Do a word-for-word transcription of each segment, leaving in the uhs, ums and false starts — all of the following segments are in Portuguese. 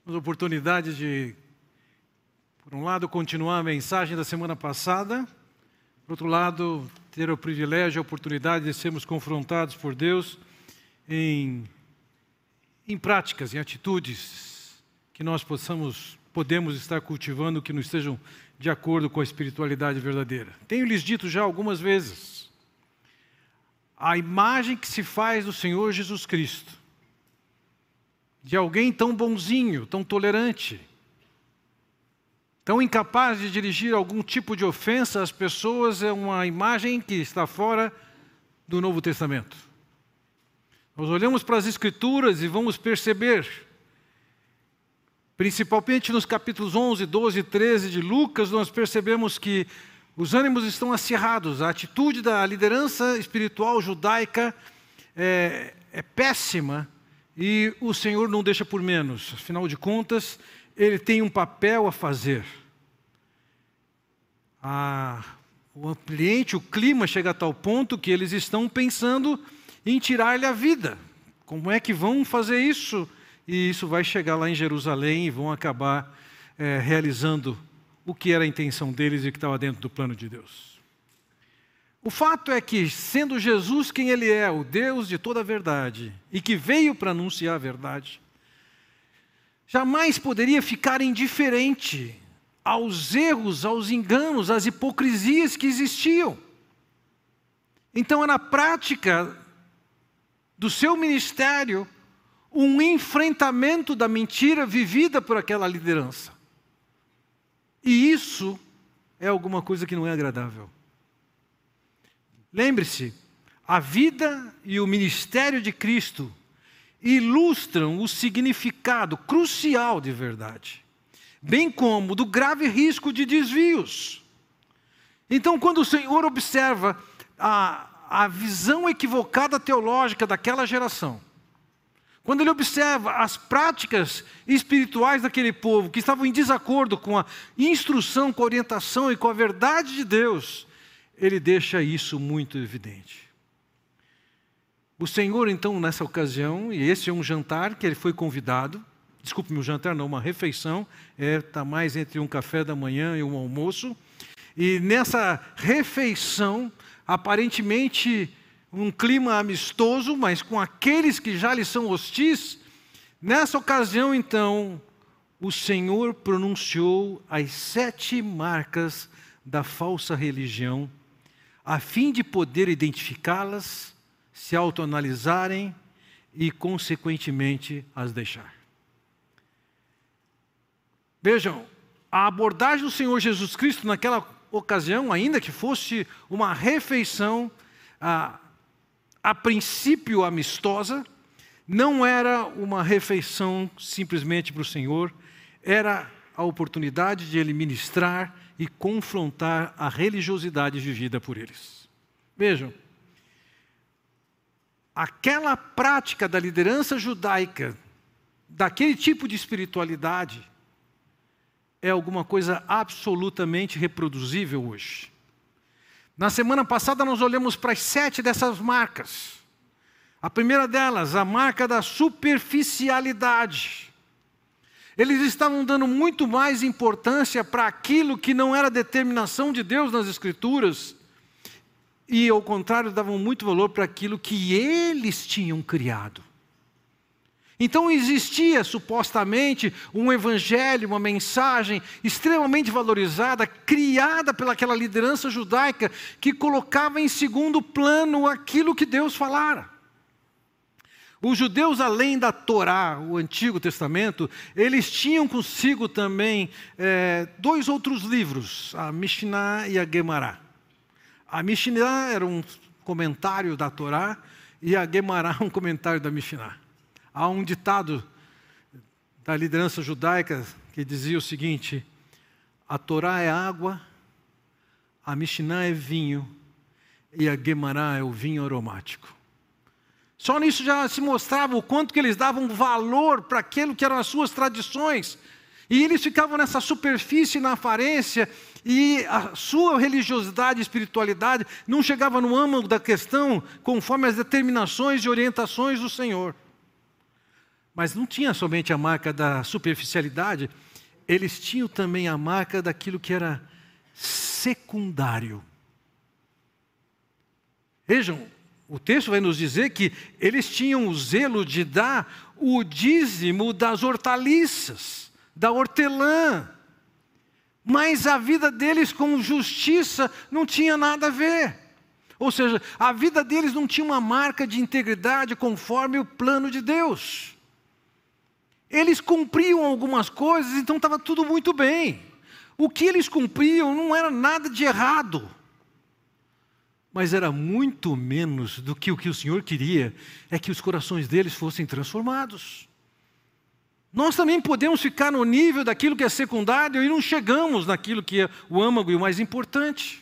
Temos a oportunidade de, por um lado, continuar a mensagem da semana passada, por outro lado, ter o privilégio, a oportunidade de sermos confrontados por Deus em, em práticas, em atitudes que nós possamos, podemos estar cultivando que não estejam de acordo com a espiritualidade verdadeira. Tenho lhes dito já algumas vezes, a imagem que se faz do Senhor Jesus Cristo, de alguém tão bonzinho, tão tolerante, tão incapaz de dirigir algum tipo de ofensa às pessoas, é uma imagem que está fora do Novo Testamento. Nós olhamos para as Escrituras e vamos perceber, principalmente nos capítulos onze, doze e treze de Lucas, nós percebemos que os ânimos estão acirrados, a atitude da liderança espiritual judaica é, é péssima, e o Senhor não deixa por menos. Afinal de contas, Ele tem um papel a fazer. Ah, o ambiente, o clima chega a tal ponto que eles estão pensando em tirar-lhe a vida. Como é que vão fazer isso? E isso vai chegar lá em Jerusalém e vão acabar é, realizando o que era a intenção deles e o que estava dentro do plano de Deus. O fato é que, sendo Jesus quem Ele é, o Deus de toda a verdade, e que veio para anunciar a verdade, jamais poderia ficar indiferente aos erros, aos enganos, às hipocrisias que existiam. Então, é na prática do seu ministério um enfrentamento da mentira vivida por aquela liderança. E isso é alguma coisa que não é agradável. Lembre-se, a vida e o ministério de Cristo ilustram o significado crucial de verdade, bem como do grave risco de desvios. Então, quando o Senhor observa a, a visão equivocada teológica daquela geração, quando Ele observa as práticas espirituais daquele povo que estavam em desacordo com a instrução, com a orientação e com a verdade de Deus, Ele deixa isso muito evidente. O Senhor, então, nessa ocasião, e esse é um jantar que Ele foi convidado, desculpe-me, um jantar não, uma refeição, está é, mais entre um café da manhã e um almoço, e nessa refeição, aparentemente um clima amistoso, mas com aqueles que já lhe são hostis, nessa ocasião, então, o Senhor pronunciou as sete marcas da falsa religião, a fim de poder identificá-las, se autoanalisarem e, consequentemente, as deixar. Vejam, a abordagem do Senhor Jesus Cristo naquela ocasião, ainda que fosse uma refeição, a, a princípio amistosa, não era uma refeição simplesmente para o Senhor, era a oportunidade de Ele ministrar e confrontar a religiosidade vivida por eles. Vejam, aquela prática da liderança judaica, daquele tipo de espiritualidade, é alguma coisa absolutamente reproduzível hoje. Na semana passada nós olhamos para as sete dessas marcas. A primeira delas, a marca da superficialidade. Eles estavam dando muito mais importância para aquilo que não era determinação de Deus nas Escrituras, e, ao contrário, davam muito valor para aquilo que eles tinham criado. Então existia, supostamente, um evangelho, uma mensagem extremamente valorizada, criada pelaquela liderança judaica, que colocava em segundo plano aquilo que Deus falara. Os judeus, além da Torá, o Antigo Testamento, eles tinham consigo também é, dois outros livros, a Mishnah e a Gemara. A Mishnah era um comentário da Torá e a Gemara um comentário da Mishnah. Há um ditado da liderança judaica que dizia o seguinte: a Torá é água, a Mishnah é vinho e a Gemara é o vinho aromático. Só nisso já se mostrava o quanto que eles davam valor para aquilo que eram as suas tradições. E eles ficavam nessa superfície, na aparência, e a sua religiosidade e espiritualidade não chegava no âmago da questão conforme as determinações e orientações do Senhor. Mas não tinha somente a marca da superficialidade, eles tinham também a marca daquilo que era secundário. Vejam, o texto vai nos dizer que eles tinham o zelo de dar o dízimo das hortaliças, da hortelã. Mas a vida deles com justiça não tinha nada a ver. Ou seja, a vida deles não tinha uma marca de integridade conforme o plano de Deus. Eles cumpriam algumas coisas, então estava tudo muito bem. O que eles cumpriam não era nada de errado. Mas era muito menos do que o que o Senhor queria, é que os corações deles fossem transformados. Nós também podemos ficar no nível daquilo que é secundário e não chegamos naquilo que é o âmago e o mais importante.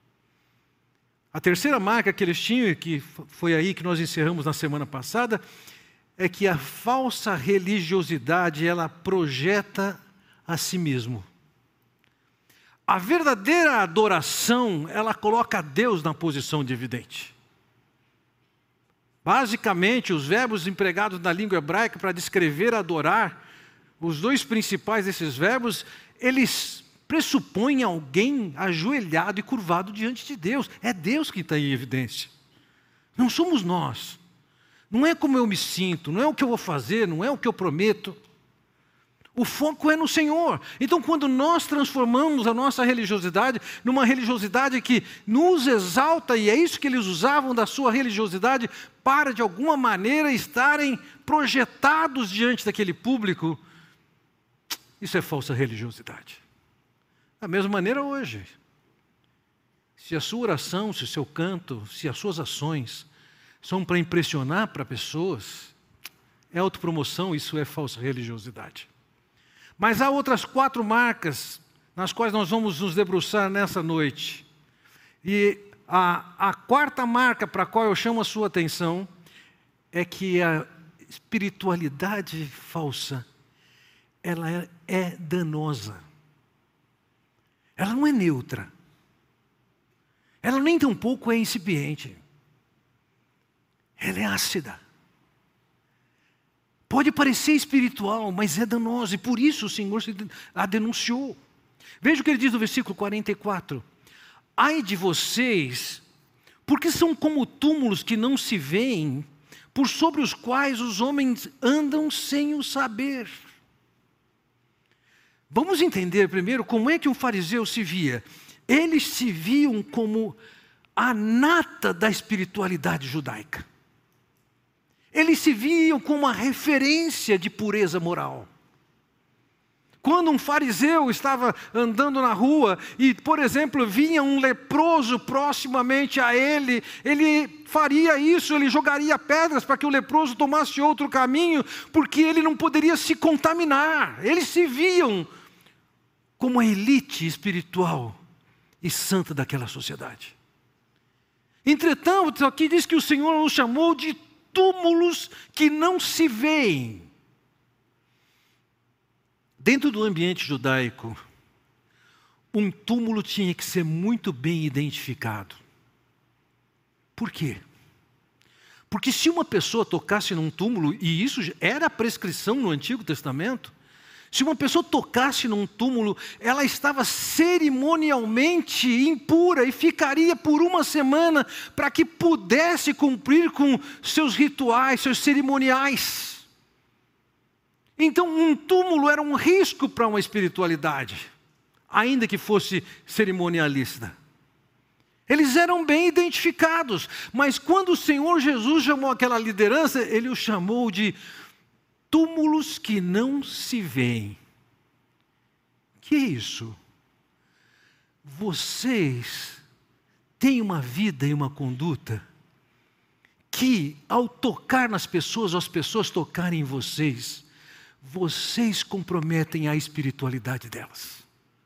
A terceira marca que eles tinham, e que foi aí que nós encerramos na semana passada, é que a falsa religiosidade, ela projeta a si mesmo. A verdadeira adoração, ela coloca Deus na posição de evidente. Basicamente, os verbos empregados na língua hebraica para descrever adorar, os dois principais desses verbos, eles pressupõem alguém ajoelhado e curvado diante de Deus. É Deus que está em evidência. Não somos nós. Não é como eu me sinto, não é o que eu vou fazer, não é o que eu prometo. O foco é no Senhor. Então, quando nós transformamos a nossa religiosidade numa religiosidade que nos exalta, e é isso que eles usavam da sua religiosidade, para de alguma maneira estarem projetados diante daquele público, isso é falsa religiosidade. Da mesma maneira hoje. Se a sua oração, se o seu canto, se as suas ações são para impressionar para pessoas, é autopromoção, isso é falsa religiosidade. Mas há outras quatro marcas nas quais nós vamos nos debruçar nessa noite. E a, a quarta marca para a qual eu chamo a sua atenção é que a espiritualidade falsa, ela é, é danosa. Ela não é neutra. Ela nem tampouco é incipiente. Ela é ácida. Pode parecer espiritual, mas é danosa, e por isso o Senhor a denunciou. Veja o que ele diz no versículo quarenta e quatro. Ai de vocês, porque são como túmulos que não se veem, por sobre os quais os homens andam sem o saber. Vamos entender primeiro como é que um fariseu se via. Eles se viam como a nata da espiritualidade judaica. Eles se viam como uma referência de pureza moral. Quando um fariseu estava andando na rua e, por exemplo, vinha um leproso proximamente a ele, ele faria isso, ele jogaria pedras para que o leproso tomasse outro caminho, porque ele não poderia se contaminar. Eles se viam como a elite espiritual e santa daquela sociedade. Entretanto, aqui diz que o Senhor nos chamou de túmulos que não se veem. Dentro do ambiente judaico, um túmulo tinha que ser muito bem identificado. Por quê? Porque se uma pessoa tocasse num túmulo, e isso era a prescrição no Antigo Testamento, se uma pessoa tocasse num túmulo, ela estava cerimonialmente impura e ficaria por uma semana para que pudesse cumprir com seus rituais, seus cerimoniais. Então, um túmulo era um risco para uma espiritualidade, ainda que fosse cerimonialista. Eles eram bem identificados, mas quando o Senhor Jesus chamou aquela liderança, Ele o chamou de túmulos que não se veem. Que é isso? Vocês têm uma vida e uma conduta que, ao tocar nas pessoas, ou as pessoas tocarem em vocês, vocês comprometem a espiritualidade delas.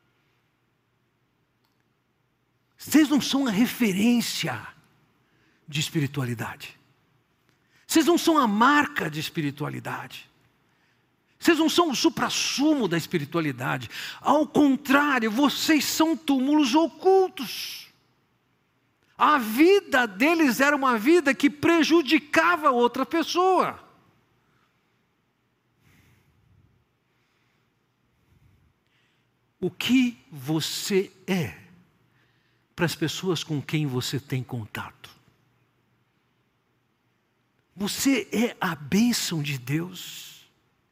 Vocês não são a referência de espiritualidade. Vocês não são a marca de espiritualidade. Vocês não são o suprassumo da espiritualidade. Ao contrário, vocês são túmulos ocultos. A vida deles era uma vida que prejudicava outra pessoa. o que você é para as pessoas com quem você tem contato. Você é a bênção de Deus?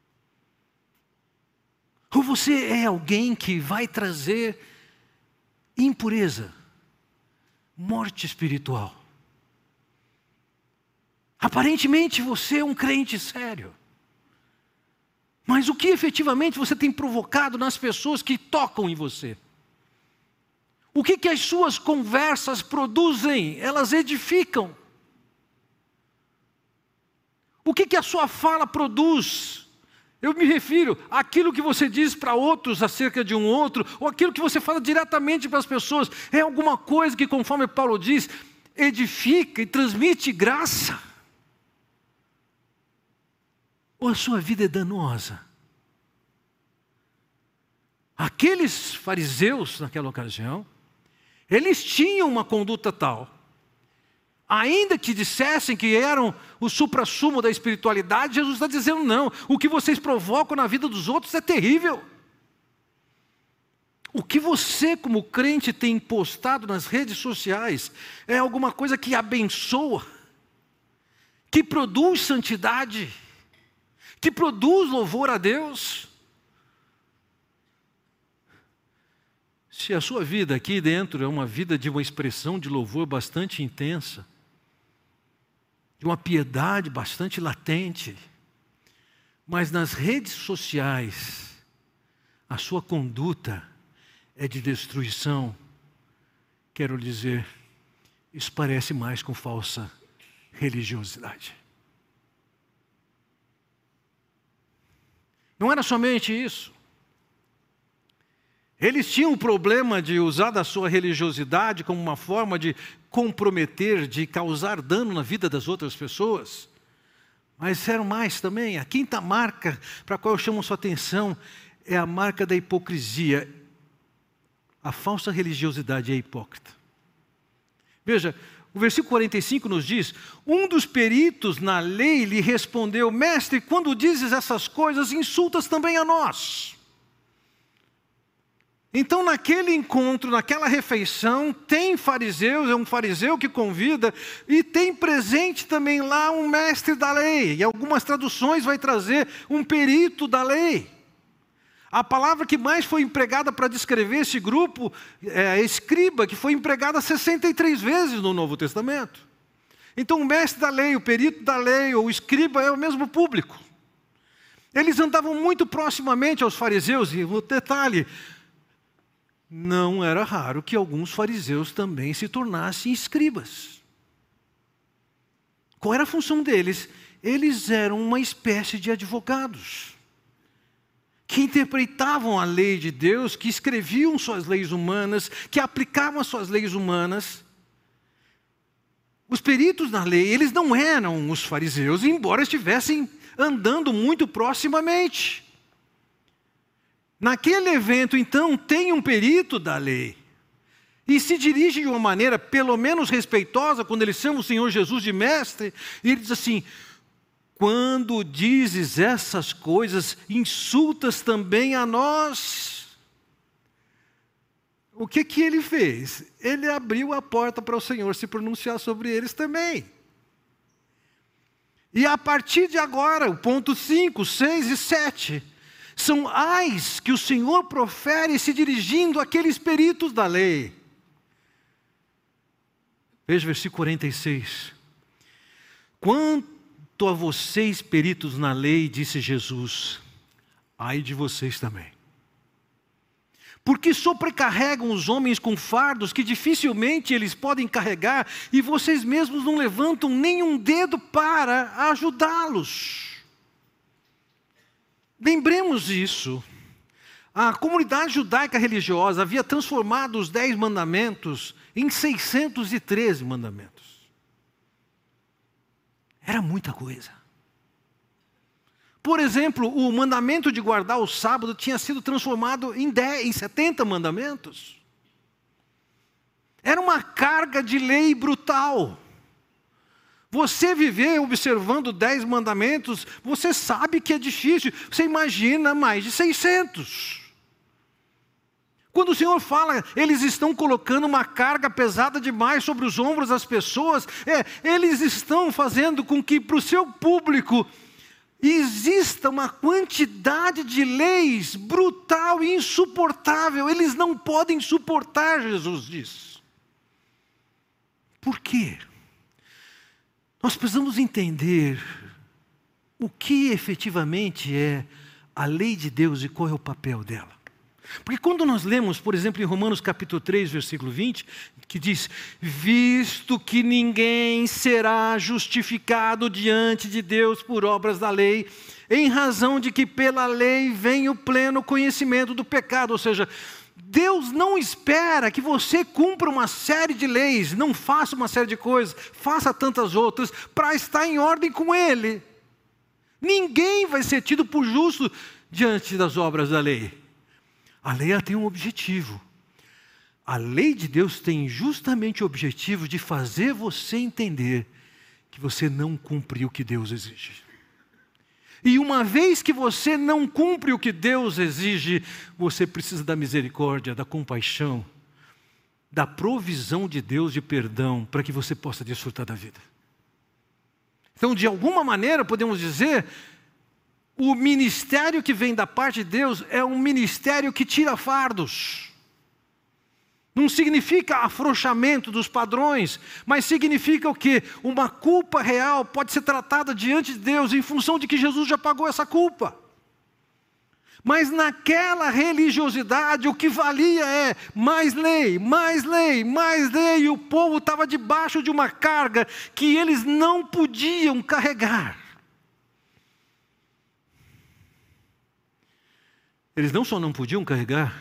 Ou você é alguém que vai trazer impureza, morte espiritual? Aparentemente você é um crente sério. Mas o que efetivamente você tem provocado nas pessoas que tocam em você? O que que as suas conversas produzem? Elas edificam. O que que a sua fala produz? Eu me refiro àquilo que você diz para outros acerca de um outro, ou aquilo que você fala diretamente para as pessoas. É alguma coisa que, conforme Paulo diz, edifica e transmite graça? Ou a sua vida é danosa? Aqueles fariseus, naquela ocasião, eles tinham uma conduta tal, ainda que dissessem que eram o suprassumo da espiritualidade, Jesus está dizendo não, o que vocês provocam na vida dos outros é terrível. O que você, como crente, tem postado nas redes sociais é alguma coisa que abençoa, que produz santidade, que produz louvor a Deus. Se a sua vida aqui dentro é uma vida de uma expressão de louvor bastante intensa, de uma piedade bastante latente, mas nas redes sociais a sua conduta é de destruição, quero dizer, isso parece mais com falsa religiosidade. Não era somente isso. Eles tinham o problema de usar da sua religiosidade como uma forma de comprometer, de causar dano na vida das outras pessoas. Mas eram mais também. A quinta marca para a qual eu chamo sua atenção é a marca da hipocrisia. A falsa religiosidade é hipócrita. Veja, o versículo quarenta e cinco nos diz: um dos peritos na lei lhe respondeu: mestre, quando dizes essas coisas, insultas também a nós. Então, naquele encontro, naquela refeição, tem fariseus, é um fariseu que convida, e tem presente também lá um mestre da lei. E algumas traduções vai trazer um perito da lei. A palavra que mais foi empregada para descrever esse grupo é a escriba, que foi empregada sessenta e três vezes no Novo Testamento. Então, o mestre da lei, o perito da lei, ou o escriba é o mesmo público. Eles andavam muito proximamente aos fariseus, e o detalhe, não era raro que alguns fariseus também se tornassem escribas. Qual era a função deles? Eles eram uma espécie de advogados, que interpretavam a lei de Deus, que escreviam suas leis humanas, que aplicavam as suas leis humanas. Os peritos na lei, eles não eram os fariseus, embora estivessem andando muito proximamente. Naquele evento, então, tem um perito da lei, e se dirige de uma maneira pelo menos respeitosa, quando ele chama o Senhor Jesus de mestre, e ele diz assim: quando dizes essas coisas, insultas também a nós. O que que ele fez? Ele abriu a porta para o Senhor se pronunciar sobre eles também. E a partir de agora, o ponto cinco, seis e sete... são ais que o Senhor profere se dirigindo àqueles peritos da lei. Veja o versículo quarenta e seis. Quanto a vocês, peritos na lei, disse Jesus, ai de vocês também. Porque sobrecarregam os homens com fardos que dificilmente eles podem carregar, e vocês mesmos não levantam nenhum dedo para ajudá-los. Lembremos isso, a comunidade judaica religiosa havia transformado os dez mandamentos em seiscentos e treze mandamentos. Era muita coisa. Por exemplo, o mandamento de guardar o sábado tinha sido transformado em, dez, em setenta mandamentos. Era uma carga de lei brutal. Você viver observando dez mandamentos, você sabe que é difícil. Você imagina mais de seiscentos. Quando o Senhor fala, eles estão colocando uma carga pesada demais sobre os ombros das pessoas, é, eles estão fazendo com que para o seu público exista uma quantidade de leis brutal e insuportável. Eles não podem suportar, Jesus diz. Por quê? Nós precisamos entender o que efetivamente é a lei de Deus e qual é o papel dela. Porque quando nós lemos, por exemplo, em Romanos capítulo três, versículo vinte, que diz: visto que ninguém será justificado diante de Deus por obras da lei, em razão de que pela lei vem o pleno conhecimento do pecado. Ou seja, Deus não espera que você cumpra uma série de leis, não faça uma série de coisas, faça tantas outras, para estar em ordem com Ele. Ninguém vai ser tido por justo diante das obras da lei. A lei ela tem um objetivo. A lei de Deus tem justamente o objetivo de fazer você entender que você não cumpriu o que Deus exige. E uma vez que você não cumpre o que Deus exige, você precisa da misericórdia, da compaixão, da provisão de Deus de perdão, para que você possa desfrutar da vida. Então, de alguma maneira, podemos dizer, o ministério que vem da parte de Deus é um ministério que tira fardos. Não significa afrouxamento dos padrões, mas significa o quê? Uma culpa real pode ser tratada diante de Deus em função de que Jesus já pagou essa culpa. Mas naquela religiosidade o que valia é mais lei, mais lei, mais lei. E o povo estava debaixo de uma carga que eles não podiam carregar. Eles não só não podiam carregar,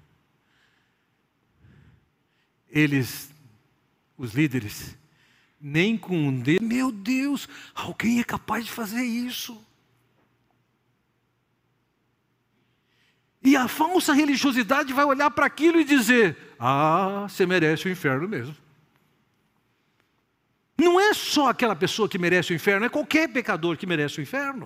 eles, os líderes, nem com um dedo, meu Deus, alguém é capaz de fazer isso. E a falsa religiosidade vai olhar para aquilo e dizer: ah, você merece o inferno mesmo. Não é só aquela pessoa que merece o inferno, é qualquer pecador que merece o inferno.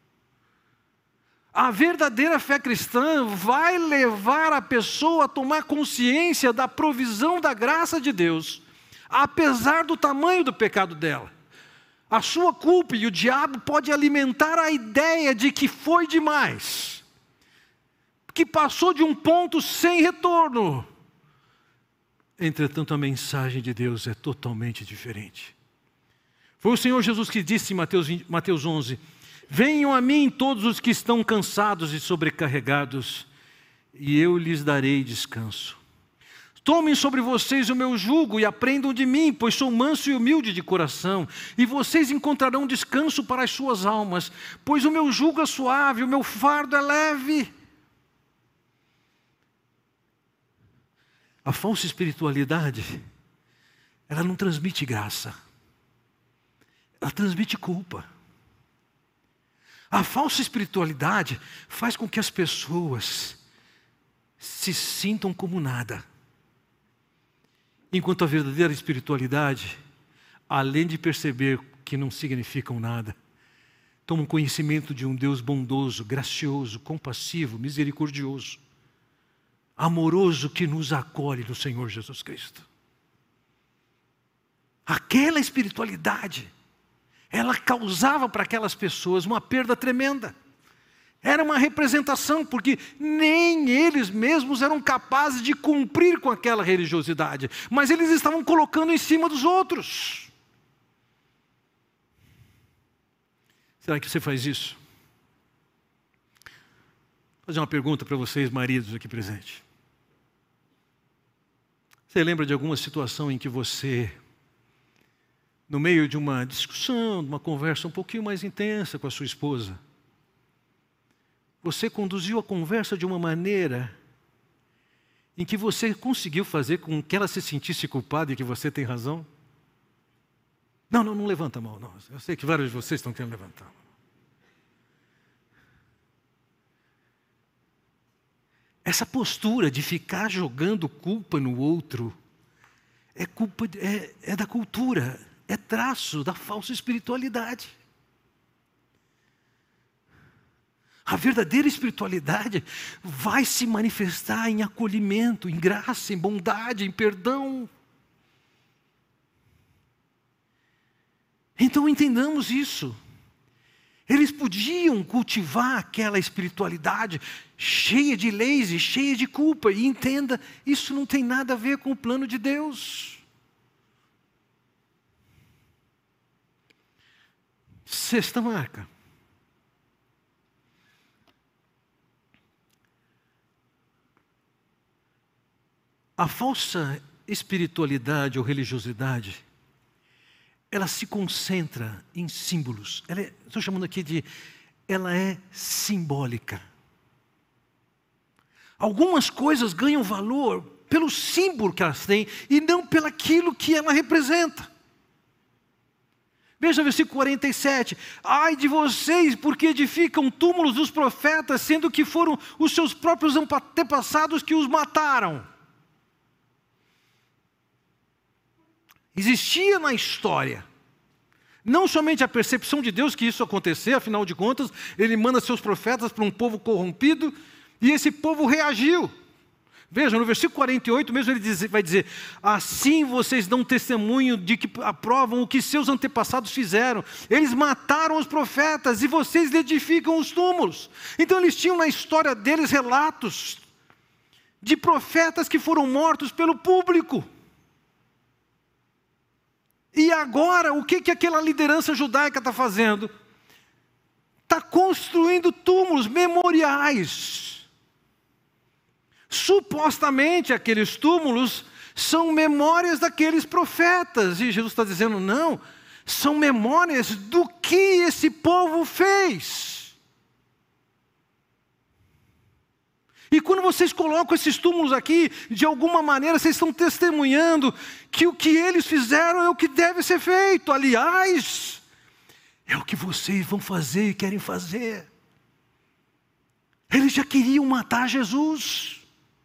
A verdadeira fé cristã vai levar a pessoa a tomar consciência da provisão da graça de Deus, apesar do tamanho do pecado dela. A sua culpa e o diabo pode alimentar a ideia de que foi demais, que passou de um ponto sem retorno. Entretanto, a mensagem de Deus é totalmente diferente. Foi o Senhor Jesus que disse em Mateus, Mateus onze: venham a mim todos os que estão cansados e sobrecarregados, e eu lhes darei descanso. Tomem sobre vocês o meu jugo e aprendam de mim, pois sou manso e humilde de coração, e vocês encontrarão descanso para as suas almas, pois o meu jugo é suave, o meu fardo é leve. A falsa espiritualidade, ela não transmite graça, ela transmite culpa. A falsa espiritualidade faz com que as pessoas se sintam como nada. Enquanto a verdadeira espiritualidade, além de perceber que não significam nada, tomam conhecimento de um Deus bondoso, gracioso, compassivo, misericordioso, amoroso, que nos acolhe no Senhor Jesus Cristo. Aquela espiritualidade, ela causava para aquelas pessoas uma perda tremenda. Era uma representação, porque nem eles mesmos eram capazes de cumprir com aquela religiosidade, mas eles estavam colocando em cima dos outros. Será que você faz isso? Vou fazer uma pergunta para vocês, maridos aqui presentes. Você lembra de alguma situação em que você, no meio de uma discussão, de uma conversa um pouquinho mais intensa com a sua esposa, você conduziu a conversa de uma maneira em que você conseguiu fazer com que ela se sentisse culpada e que você tem razão? Não, não, não levanta a mão, não. Eu sei que vários de vocês estão querendo levantar a mão. Essa postura de ficar jogando culpa no outro é, culpa, é, é da cultura, é traço da falsa espiritualidade. A verdadeira espiritualidade vai se manifestar em acolhimento, em graça, em bondade, em perdão. Então entendamos isso. Eles podiam cultivar aquela espiritualidade cheia de leis e cheia de culpa. E entenda, isso não tem nada a ver com o plano de Deus. Sexta marca. A falsa espiritualidade ou religiosidade, ela se concentra em símbolos. Ela é, estou chamando aqui de, ela é simbólica. Algumas coisas ganham valor pelo símbolo que elas têm e não pelaquilo que ela representa. Veja o versículo quarenta e sete. Ai de vocês, porque edificam túmulos dos profetas, sendo que foram os seus próprios antepassados que os mataram. Existia na história, não somente a percepção de Deus que isso acontecer, afinal de contas, Ele manda seus profetas para um povo corrompido, e esse povo reagiu. Veja, no versículo quarenta e oito mesmo ele diz, vai dizer, assim vocês dão testemunho de que aprovam o que seus antepassados fizeram. Eles mataram os profetas e vocês edificam os túmulos. Então eles tinham na história deles relatos de profetas que foram mortos pelo público. E agora, o que, que aquela liderança judaica está fazendo? Está construindo túmulos, memoriais. Supostamente, aqueles túmulos são memórias daqueles profetas. E Jesus está dizendo, não, são memórias do que esse povo fez. E quando vocês colocam esses túmulos aqui, de alguma maneira vocês estão testemunhando que o que eles fizeram é o que deve ser feito. Aliás, é o que vocês vão fazer e querem fazer. Eles já queriam matar Jesus.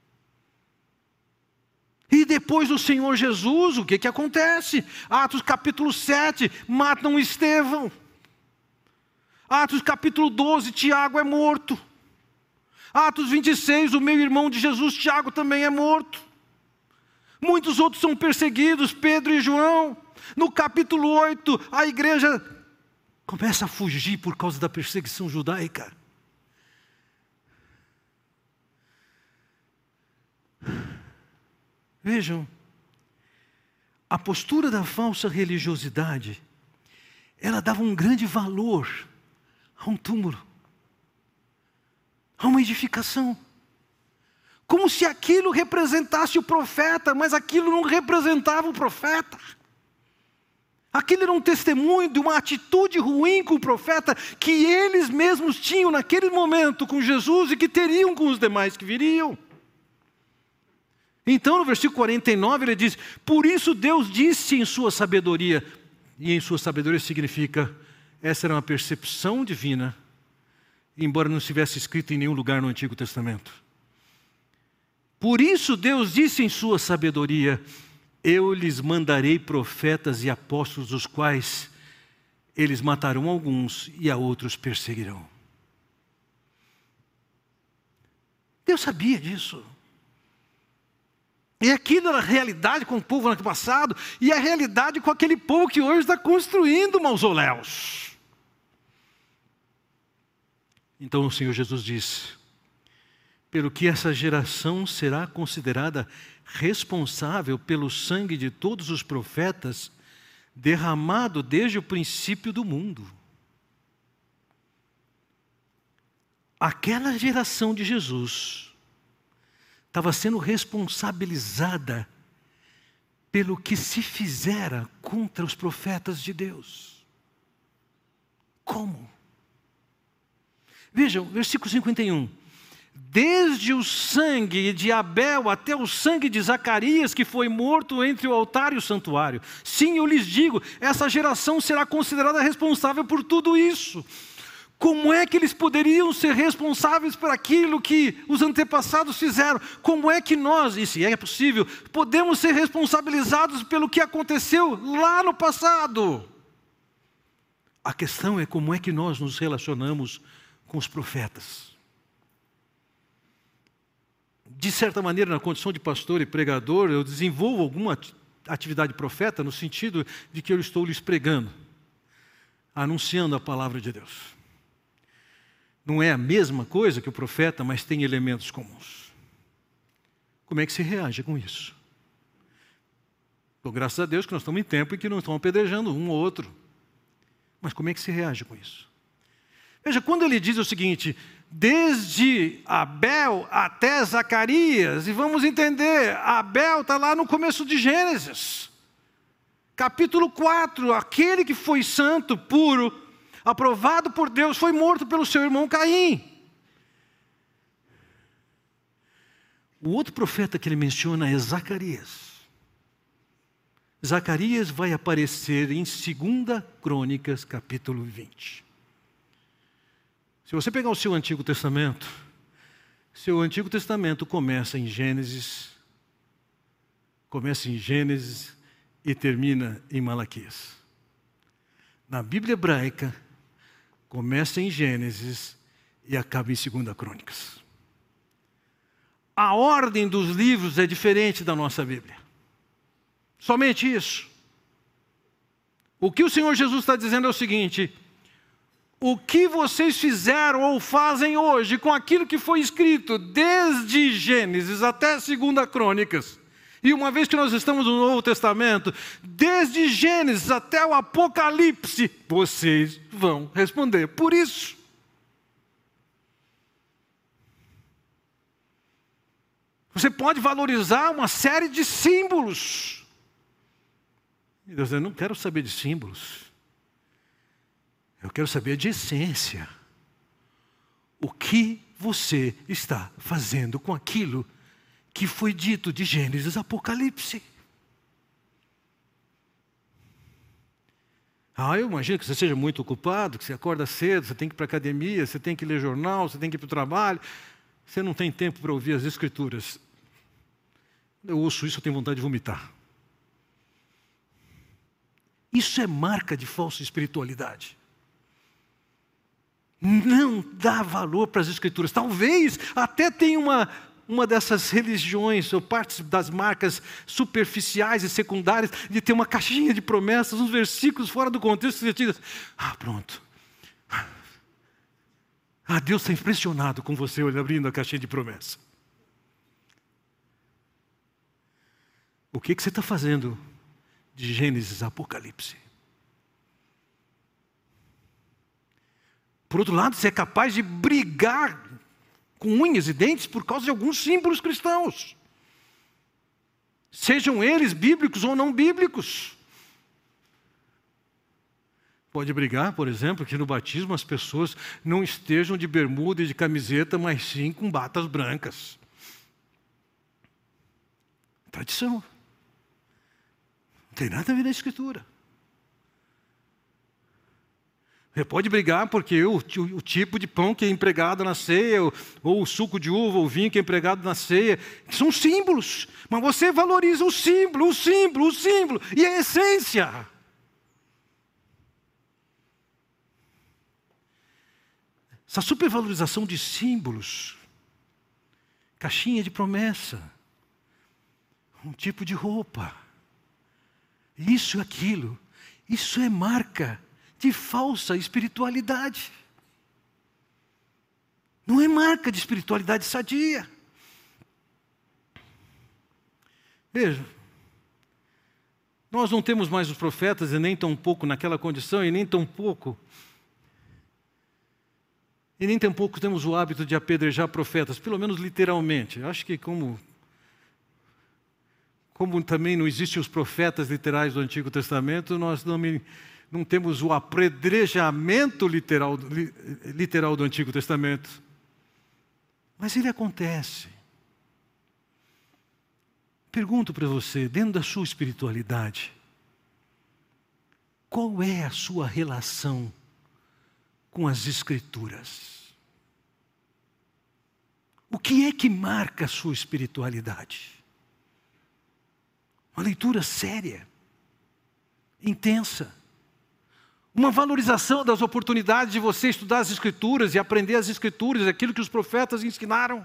E depois do Senhor Jesus, o que, que acontece? Atos capítulo sete, matam Estevão. Atos capítulo doze, Tiago é morto. Atos vinte e seis, o meu irmão de Jesus, Tiago, também é morto. Muitos outros são perseguidos, Pedro e João. No capítulo oito, a igreja começa a fugir por causa da perseguição judaica. Vejam, a postura da falsa religiosidade, ela dava um grande valor a um túmulo, a uma edificação. Como se aquilo representasse o profeta, mas aquilo não representava o profeta. Aquilo era um testemunho de uma atitude ruim com o profeta, que eles mesmos tinham naquele momento com Jesus e que teriam com os demais que viriam. Então no versículo quarenta e nove ele diz, por isso Deus disse em sua sabedoria, e em sua sabedoria significa, essa era uma percepção divina, embora não estivesse escrito em nenhum lugar no Antigo Testamento. Por isso Deus disse em sua sabedoria, eu lhes mandarei profetas e apóstolos, os quais eles matarão alguns e a outros perseguirão. Deus sabia disso. E aquilo era a realidade com o povo no passado, e a realidade com aquele povo que hoje está construindo mausoléus. Então o Senhor Jesus disse, pelo que essa geração será considerada responsável pelo sangue de todos os profetas, derramado desde o princípio do mundo. Aquela geração de Jesus estava sendo responsabilizada pelo que se fizera contra os profetas de Deus. Como? Vejam, versículo cinquenta e um. Desde o sangue de Abel até o sangue de Zacarias, que foi morto entre o altar e o santuário. Sim, eu lhes digo, essa geração será considerada responsável por tudo isso. Como é que eles poderiam ser responsáveis por aquilo que os antepassados fizeram? Como é que nós, e se é possível, podemos ser responsabilizados pelo que aconteceu lá no passado? A questão é como é que nós nos relacionamos com os profetas. De certa maneira, na condição de pastor e pregador, eu desenvolvo alguma atividade profeta no sentido de que eu estou lhes pregando, anunciando a palavra de Deus. Não é a mesma coisa que o profeta, mas tem elementos comuns. Como é que se reage com isso? Então, graças a Deus que nós estamos em tempo em que não estão apedrejando um ou outro. Mas como é que se reage com isso? Veja, quando ele diz o seguinte, desde Abel até Zacarias, e vamos entender, Abel está lá no começo de Gênesis, capítulo quatro, aquele que foi santo, puro, aprovado por Deus, foi morto pelo seu irmão Caim. O outro profeta que ele menciona é Zacarias. Zacarias vai aparecer em Segunda Crônicas, capítulo vinte. Se você pegar o seu Antigo Testamento, seu Antigo Testamento começa em Gênesis, começa em Gênesis e termina em Malaquias. Na Bíblia hebraica, começa em Gênesis e acaba em Segunda Crônicas. A ordem dos livros é diferente da nossa Bíblia. Somente isso. O que o Senhor Jesus está dizendo é o seguinte: o que vocês fizeram ou fazem hoje com aquilo que foi escrito desde Gênesis até Segunda Crônicas, e uma vez que nós estamos no Novo Testamento, desde Gênesis até o Apocalipse, vocês vão responder por isso. Você pode valorizar uma série de símbolos. E Deus diz, eu não quero saber de símbolos. Eu quero saber de essência. O que você está fazendo com aquilo que foi dito de Gênesis a Apocalipse? Ah, eu imagino que você seja muito ocupado, que você acorda cedo, você tem que ir para a academia, você tem que ler jornal, você tem que ir para o trabalho. Você não tem tempo para ouvir as Escrituras. Eu ouço isso, eu tenho vontade de vomitar. Isso é marca de falsa espiritualidade. Não dá valor para as Escrituras. Talvez até tenha uma, uma dessas religiões, ou partes das marcas superficiais e secundárias, de ter uma caixinha de promessas, uns versículos fora do contexto, que você diz, ah, pronto. Ah, Deus está impressionado com você abrindo a caixinha de promessa. O que, que você está fazendo de Gênesis a Apocalipse? Por outro lado, você é capaz de brigar com unhas e dentes por causa de alguns símbolos cristãos. Sejam eles bíblicos ou não bíblicos. Pode brigar, por exemplo, que no batismo as pessoas não estejam de bermuda e de camiseta, mas sim com batas brancas. Tradição. Não tem nada a ver na Escritura. Você pode brigar porque o, o, o tipo de pão que é empregado na ceia, ou, ou o suco de uva, ou o vinho que é empregado na ceia, são símbolos. Mas você valoriza o símbolo, o símbolo, o símbolo e a essência. Essa supervalorização de símbolos, caixinha de promessa, um tipo de roupa, isso e aquilo, isso é marca de falsa espiritualidade. Não é marca de espiritualidade sadia. Veja, nós não temos mais os profetas e nem tão pouco naquela condição e nem tão pouco E nem tampouco temos o hábito de apedrejar profetas, pelo menos literalmente. Acho que como, como também não existem os profetas literais do Antigo Testamento, nós não, não temos o apedrejamento literal, literal do Antigo Testamento. Mas ele acontece. Pergunto para você, dentro da sua espiritualidade, qual é a sua relação com as Escrituras? O que é que marca a sua espiritualidade? Uma leitura séria, intensa, uma valorização das oportunidades de você estudar as Escrituras e aprender as Escrituras, aquilo que os profetas ensinaram.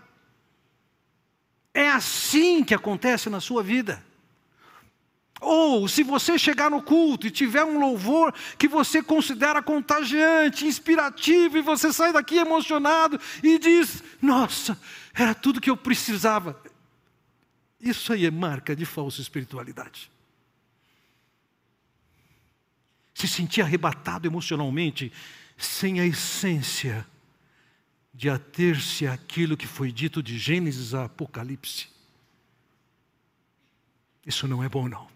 É assim que acontece na sua vida. Ou, se você chegar no culto e tiver um louvor que você considera contagiante, inspirativo, e você sai daqui emocionado e diz, nossa, era tudo que eu precisava. Isso aí é marca de falsa espiritualidade. Se sentir arrebatado emocionalmente, sem a essência de ater-se àquilo que foi dito de Gênesis a Apocalipse. Isso não é bom, não.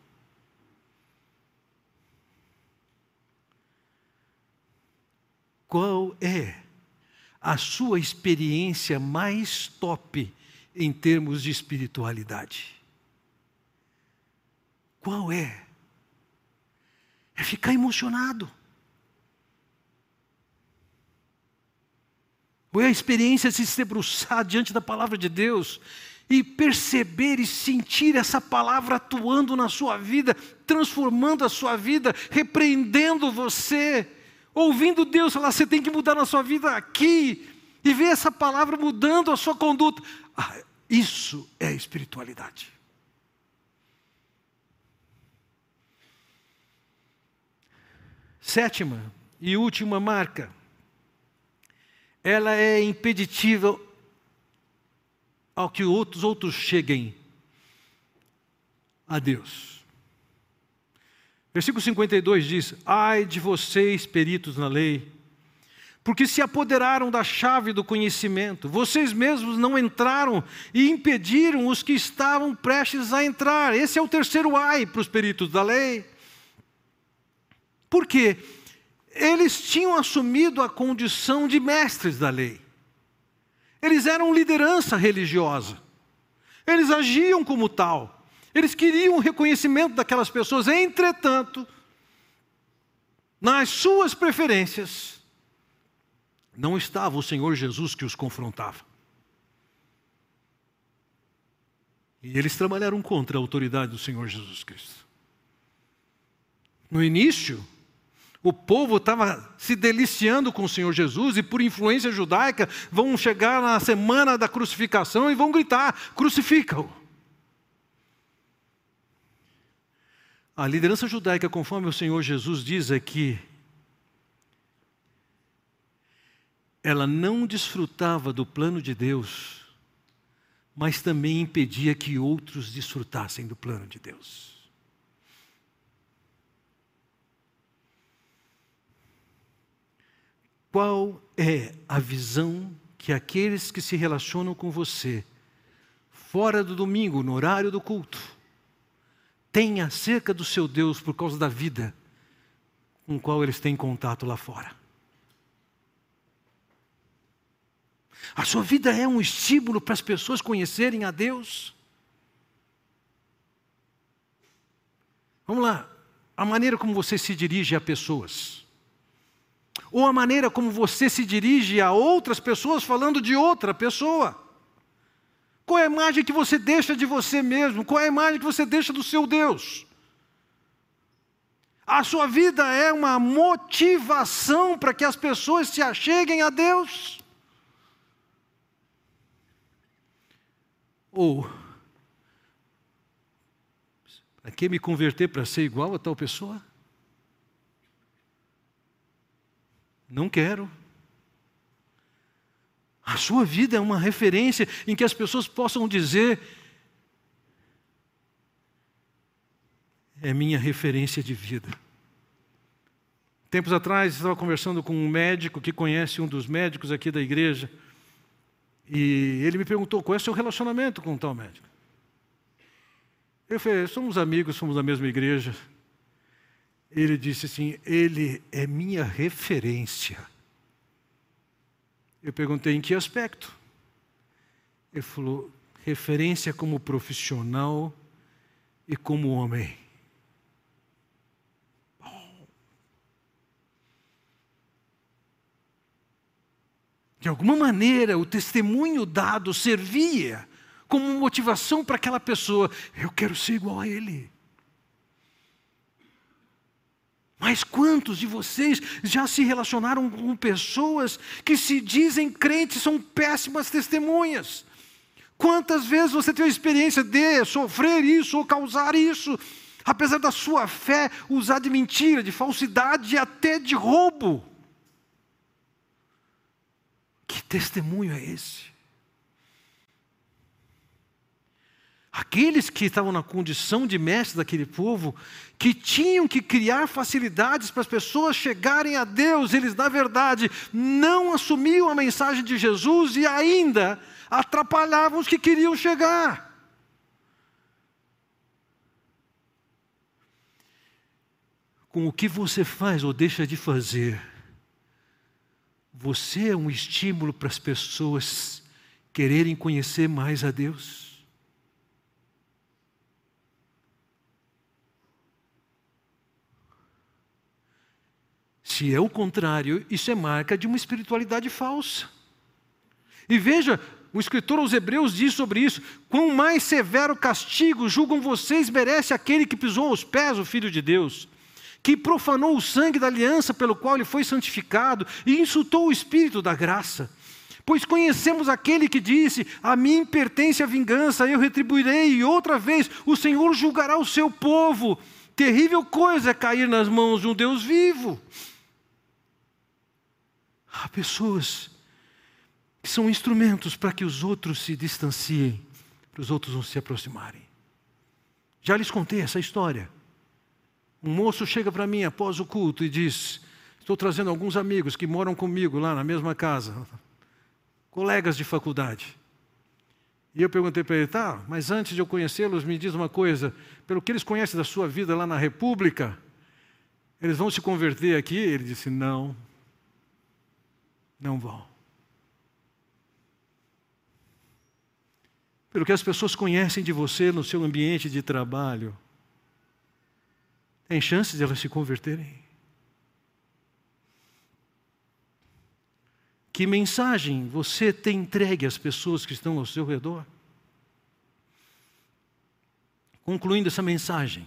Qual é a sua experiência mais top em termos de espiritualidade? Qual é? É ficar emocionado. Ou é a experiência de se debruçar diante da palavra de Deus e perceber e sentir essa palavra atuando na sua vida, transformando a sua vida, repreendendo você, ouvindo Deus falar, você tem que mudar na sua vida aqui, e ver essa palavra mudando a sua conduta. Ah, isso é espiritualidade. Sétima e última marca. Ela é impeditiva ao que outros outros cheguem a Deus. Versículo cinquenta e dois diz, ai de vocês, peritos na lei, porque se apoderaram da chave do conhecimento, vocês mesmos não entraram e impediram os que estavam prestes a entrar. Esse é o terceiro ai para os peritos da lei. Por quê? Eles tinham assumido a condição de mestres da lei. Eles eram liderança religiosa. Eles agiam como tal. Eles queriam o reconhecimento daquelas pessoas. Entretanto, nas suas preferências, não estava o Senhor Jesus que os confrontava. E eles trabalharam contra a autoridade do Senhor Jesus Cristo. No início, o povo estava se deliciando com o Senhor Jesus e por influência judaica vão chegar na semana da crucificação e vão gritar, crucifica-o. A liderança judaica, conforme o Senhor Jesus diz aqui, ela não desfrutava do plano de Deus, mas também impedia que outros desfrutassem do plano de Deus. Qual é a visão que aqueles que se relacionam com você, fora do domingo, no horário do culto, têm acerca do seu Deus por causa da vida com a qual eles têm contato lá fora? A sua vida é um estímulo para as pessoas conhecerem a Deus? Vamos lá, a maneira como você se dirige a pessoas, ou a maneira como você se dirige a outras pessoas falando de outra pessoa. Qual é a imagem que você deixa de você mesmo? Qual é a imagem que você deixa do seu Deus? A sua vida é uma motivação para que as pessoas se acheguem a Deus? Ou, para que me converter para ser igual a tal pessoa? Não quero. A sua vida é uma referência em que as pessoas possam dizer, é minha referência de vida. Tempos atrás, estava conversando com um médico que conhece um dos médicos aqui da igreja, e ele me perguntou, qual é o seu relacionamento com tal médico? Eu falei, somos amigos, somos da mesma igreja. Ele disse assim, ele é minha referência. Eu perguntei, em que aspecto? Ele falou, referência como profissional e como homem. De alguma maneira, o testemunho dado servia como motivação para aquela pessoa. Eu quero ser igual a ele. Mas quantos de vocês já se relacionaram com pessoas que se dizem crentes, são péssimas testemunhas? Quantas vezes você teve a experiência de sofrer isso ou causar isso, apesar da sua fé usar de mentira, de falsidade e até de roubo? Que testemunho é esse? Aqueles que estavam na condição de mestres daquele povo, que tinham que criar facilidades para as pessoas chegarem a Deus, eles na verdade não assumiam a mensagem de Jesus e ainda atrapalhavam os que queriam chegar. Com o que você faz ou deixa de fazer, você é um estímulo para as pessoas quererem conhecer mais a Deus? Se é o contrário, isso é marca de uma espiritualidade falsa. E veja, o escritor aos Hebreus diz sobre isso: quão mais severo castigo julgam vocês merece aquele que pisou aos pés o Filho de Deus, que profanou o sangue da aliança pelo qual ele foi santificado e insultou o Espírito da graça. Pois conhecemos aquele que disse: a mim pertence a vingança, eu retribuirei, e outra vez o Senhor julgará o seu povo. Terrível coisa é cair nas mãos de um Deus vivo. Há pessoas que são instrumentos para que os outros se distanciem, para os outros não se aproximarem. Já lhes contei essa história. Um moço chega para mim após o culto e diz: estou trazendo alguns amigos que moram comigo lá na mesma casa, colegas de faculdade. E eu perguntei para ele: tá, mas antes de eu conhecê-los, me diz uma coisa, pelo que eles conhecem da sua vida lá na República, eles vão se converter aqui? Ele disse: não. Não vão. Pelo que as pessoas conhecem de você no seu ambiente de trabalho, tem chances de elas se converterem? Que mensagem você tem entregue às pessoas que estão ao seu redor? Concluindo essa mensagem,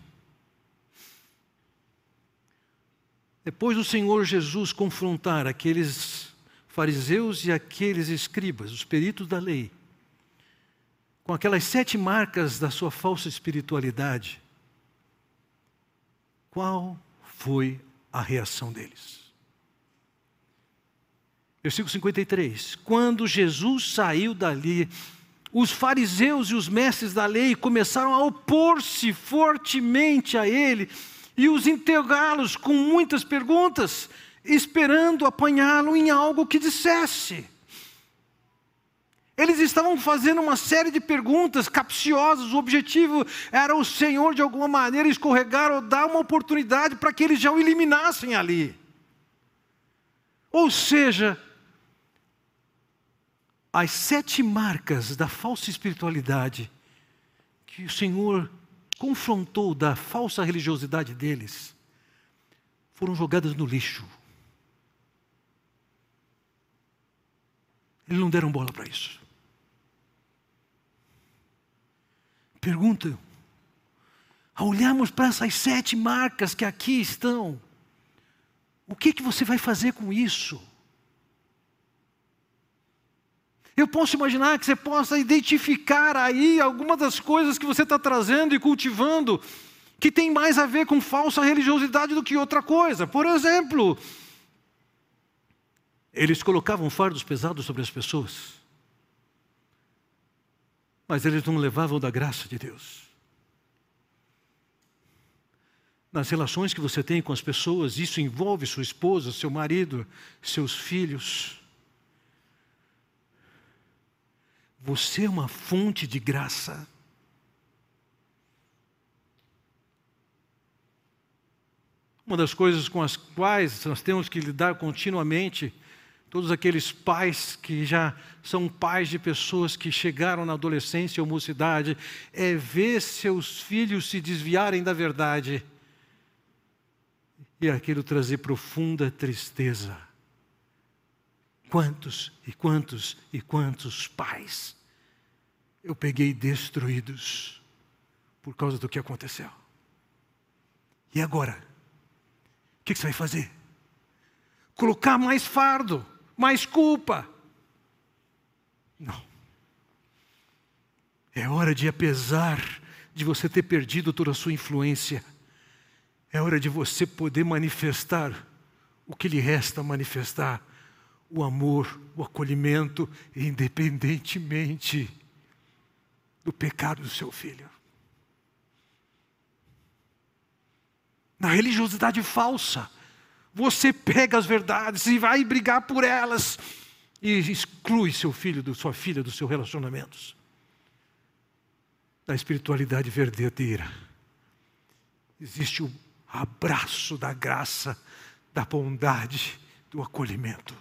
depois do Senhor Jesus confrontar aqueles fariseus e aqueles escribas, os peritos da lei, com aquelas sete marcas da sua falsa espiritualidade, qual foi a reação deles? Versículo cinquenta e três. Quando Jesus saiu dali, os fariseus e os mestres da lei começaram a opor-se fortemente a ele e os interrogá-los com muitas perguntas, esperando apanhá-lo em algo que dissesse. Eles estavam fazendo uma série de perguntas capciosas. O objetivo era o Senhor, de alguma maneira, escorregar ou dar uma oportunidade para que eles já o eliminassem ali. Ou seja, as sete marcas da falsa espiritualidade que o Senhor confrontou da falsa religiosidade deles foram jogadas no lixo. Eles não deram bola para isso. Pergunta: ao olharmos para essas sete marcas que aqui estão, o que, que você vai fazer com isso? Eu posso imaginar que você possa identificar aí algumas das coisas que você está trazendo e cultivando, que tem mais a ver com falsa religiosidade do que outra coisa. Por exemplo, eles colocavam fardos pesados sobre as pessoas, mas eles não levavam da graça de Deus. Nas relações que você tem com as pessoas, isso envolve sua esposa, seu marido, seus filhos. Você é uma fonte de graça. Uma das coisas com as quais nós temos que lidar continuamente, todos aqueles pais que já são pais de pessoas que chegaram na adolescência ou mocidade, é ver seus filhos se desviarem da verdade e aquilo trazer profunda tristeza. Quantos e quantos e quantos pais eu peguei destruídos por causa do que aconteceu. E agora? O que você vai fazer? Colocar mais fardo, mais culpa. Não. É hora de, apesar de você ter perdido toda a sua influência, é hora de você poder manifestar o que lhe resta manifestar, o amor, o acolhimento, independentemente do pecado do seu filho. Na religiosidade falsa, você pega as verdades e vai brigar por elas e exclui seu filho, do, sua filha dos seus relacionamentos. Na espiritualidade verdadeira, existe o abraço da graça, da bondade, do acolhimento.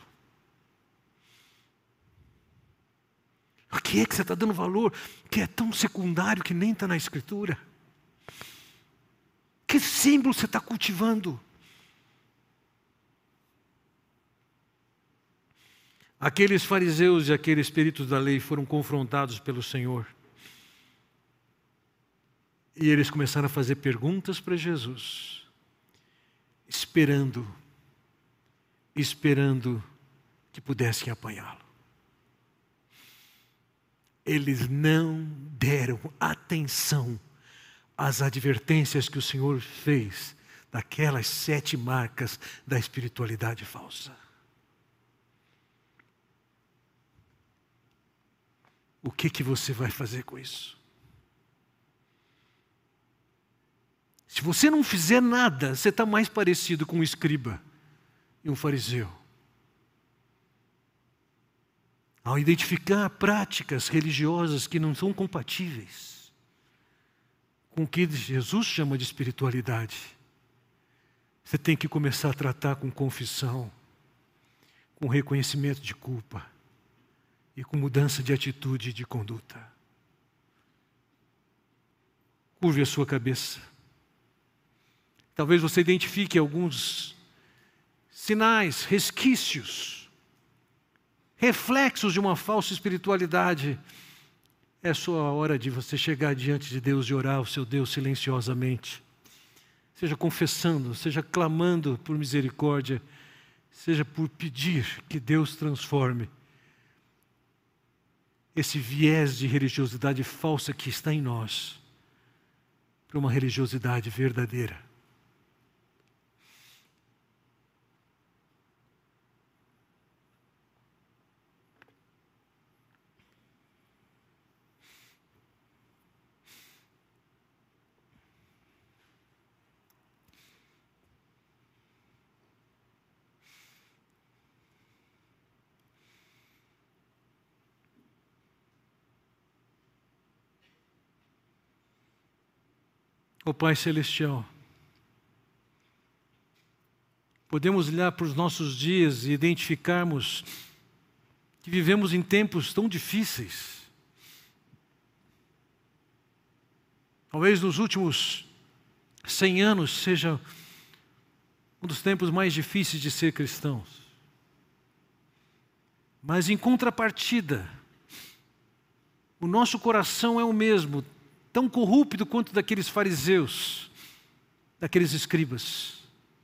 A que é que você está dando valor que é tão secundário que nem está na Escritura? Que símbolo você está cultivando? Aqueles fariseus e aqueles peritos da lei foram confrontados pelo Senhor. E eles começaram a fazer perguntas para Jesus, esperando, esperando que pudessem apanhá-lo. Eles não deram atenção às advertências que o Senhor fez daquelas sete marcas da espiritualidade falsa. O que que você vai fazer com isso? Se você não fizer nada, você está mais parecido com um escriba e um fariseu. Ao identificar práticas religiosas que não são compatíveis com o que Jesus chama de espiritualidade, você tem que começar a tratar com confissão, com reconhecimento de culpa e com mudança de atitude e de conduta. Curve a sua cabeça. Talvez você identifique alguns sinais, resquícios, reflexos de uma falsa espiritualidade. É só a hora de você chegar diante de Deus e orar ao seu Deus silenciosamente. Seja confessando, seja clamando por misericórdia, seja por pedir que Deus transforme esse viés de religiosidade falsa que está em nós para uma religiosidade verdadeira. Ó Pai Celestial, podemos olhar para os nossos dias e identificarmos que vivemos em tempos tão difíceis. Talvez nos últimos cem anos seja um dos tempos mais difíceis de ser cristãos. Mas em contrapartida, o nosso coração é o mesmo, tão corrupto quanto daqueles fariseus, daqueles escribas.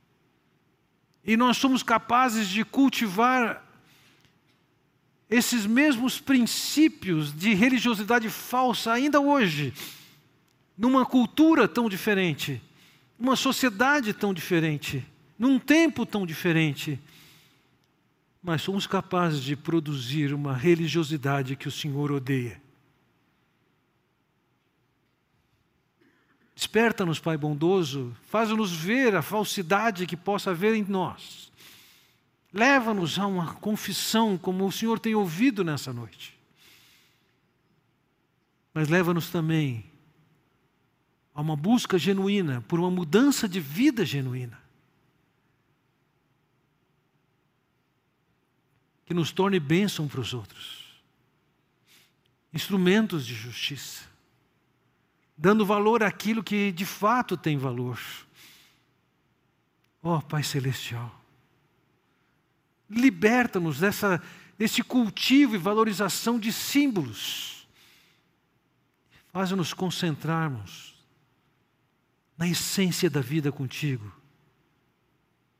E nós somos capazes de cultivar esses mesmos princípios de religiosidade falsa ainda hoje, numa cultura tão diferente, numa sociedade tão diferente, num tempo tão diferente. Mas somos capazes de produzir uma religiosidade que o Senhor odeia. Desperta-nos, Pai bondoso, faz-nos ver a falsidade que possa haver em nós. Leva-nos a uma confissão como o Senhor tem ouvido nessa noite. Mas leva-nos também a uma busca genuína, por uma mudança de vida genuína. Que nos torne bênção para os outros. Instrumentos de justiça. Dando valor àquilo que de fato tem valor. Ó Pai Celestial, liberta-nos dessa, desse cultivo e valorização de símbolos. Faz-nos concentrarmos na essência da vida contigo.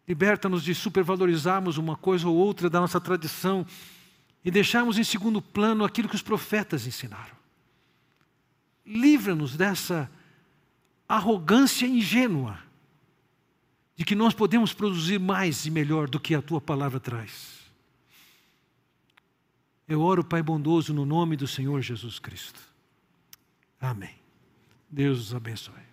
Liberta-nos de supervalorizarmos uma coisa ou outra da nossa tradição e deixarmos em segundo plano aquilo que os profetas ensinaram. Livra-nos dessa arrogância ingênua de que nós podemos produzir mais e melhor do que a Tua palavra traz. Eu oro, Pai bondoso, no nome do Senhor Jesus Cristo. Amém. Deus os abençoe.